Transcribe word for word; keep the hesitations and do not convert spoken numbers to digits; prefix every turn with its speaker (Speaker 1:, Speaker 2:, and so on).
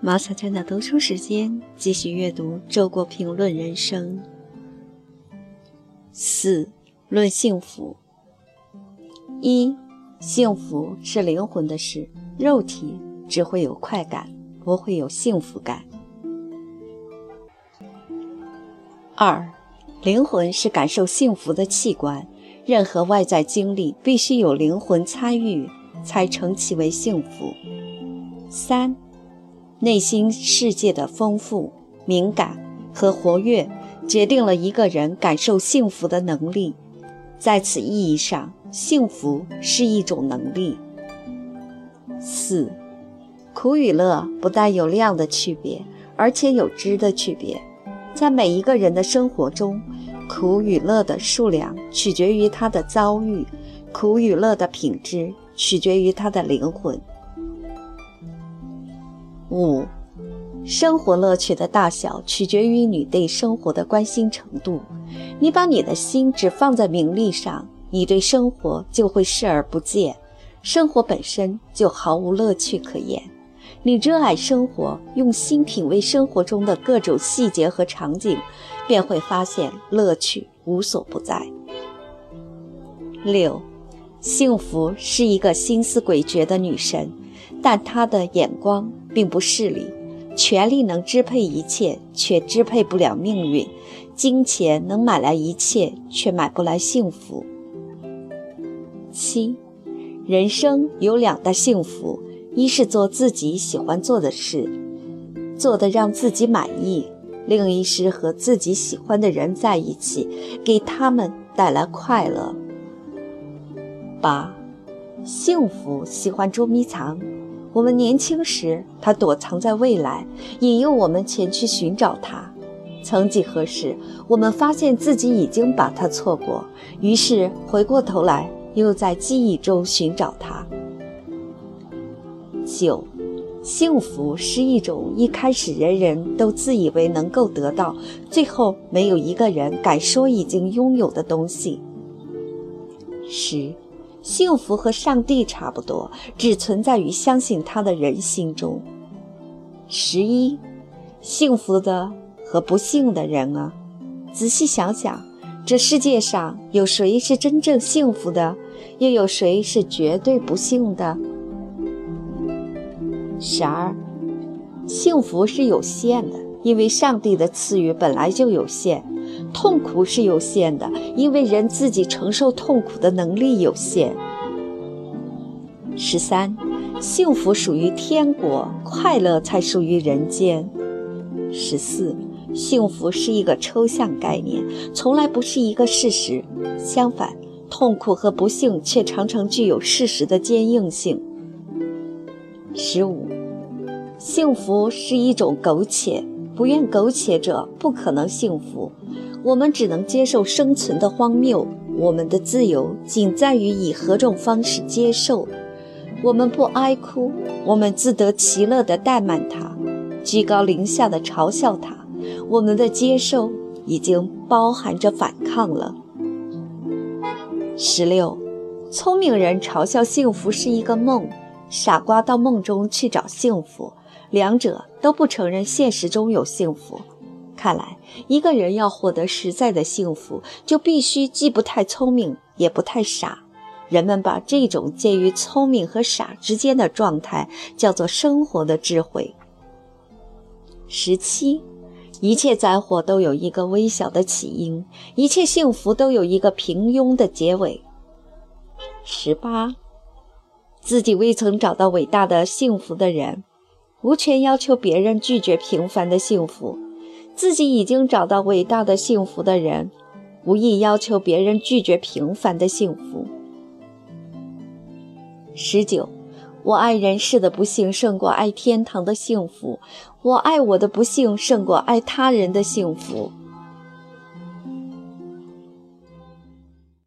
Speaker 1: 马小娟的读书时间，继续阅读周国平论人生。四、论幸福。一、幸福是灵魂的事，肉体只会有快感，不会有幸福感。二、灵魂是感受幸福的器官，任何外在经历必须有灵魂参与，才称其为幸福。三、内心世界的丰富、敏感和活跃决定了一个人感受幸福的能力。在此意义上，幸福是一种能力。四、苦与乐不但有量的区别，而且有质的区别。在每一个人的生活中，苦与乐的数量取决于他的遭遇，苦与乐的品质取决于他的灵魂。五、生活乐趣的大小取决于你对生活的关心程度。你把你的心只放在名利上，你对生活就会视而不见，生活本身就毫无乐趣可言。你热爱生活，用心品味生活中的各种细节和场景，便会发现乐趣无所不在。六、幸福是一个心思诡谲的女神，但她的眼光并不势利，权力能支配一切，却支配不了命运；金钱能买来一切，却买不来幸福。七、人生有两大幸福，一是做自己喜欢做的事，做得让自己满意；另一是和自己喜欢的人在一起，给他们带来快乐。八、幸福喜欢捉迷藏。我们年轻时，它躲藏在未来，引诱我们前去寻找它。曾几何时，我们发现自己已经把它错过，于是回过头来，又在记忆中寻找它。九、幸福是一种一开始人人都自以为能够得到，最后没有一个人敢说已经拥有的东西。十、幸福和上帝差不多，只存在于相信他的人心中。十一、幸福的和不幸的人啊，仔细想想，这世界上有谁是真正幸福的，又有谁是绝对不幸的？十二、幸福是有限的，因为上帝的赐予本来就有限；痛苦是有限的，因为人自己承受痛苦的能力有限。十三、幸福属于天国，快乐才属于人间。十四、幸福是一个抽象概念，从来不是一个事实，相反，痛苦和不幸却常常具有事实的坚硬性。十五、幸福是一种苟且，不愿苟且者不可能幸福。我们只能接受生存的荒谬，我们的自由仅在于以何种方式接受。我们不哀哭，我们自得其乐地怠慢它，居高临下地嘲笑它。我们的接受已经包含着反抗了。十六、聪明人嘲笑幸福是一个梦，傻瓜到梦中去找幸福，两者都不承认现实中有幸福。看来，一个人要获得实在的幸福，就必须既不太聪明，也不太傻。人们把这种介于聪明和傻之间的状态叫做生活的智慧。十七、一切灾祸都有一个微小的起因，一切幸福都有一个平庸的结尾。十八、自己未曾找到伟大的幸福的人，无权要求别人拒绝平凡的幸福；自己已经找到伟大的幸福的人，无意要求别人拒绝平凡的幸福。十九、我爱人世的不幸胜过爱天堂的幸福，我爱我的不幸胜过爱他人的幸福。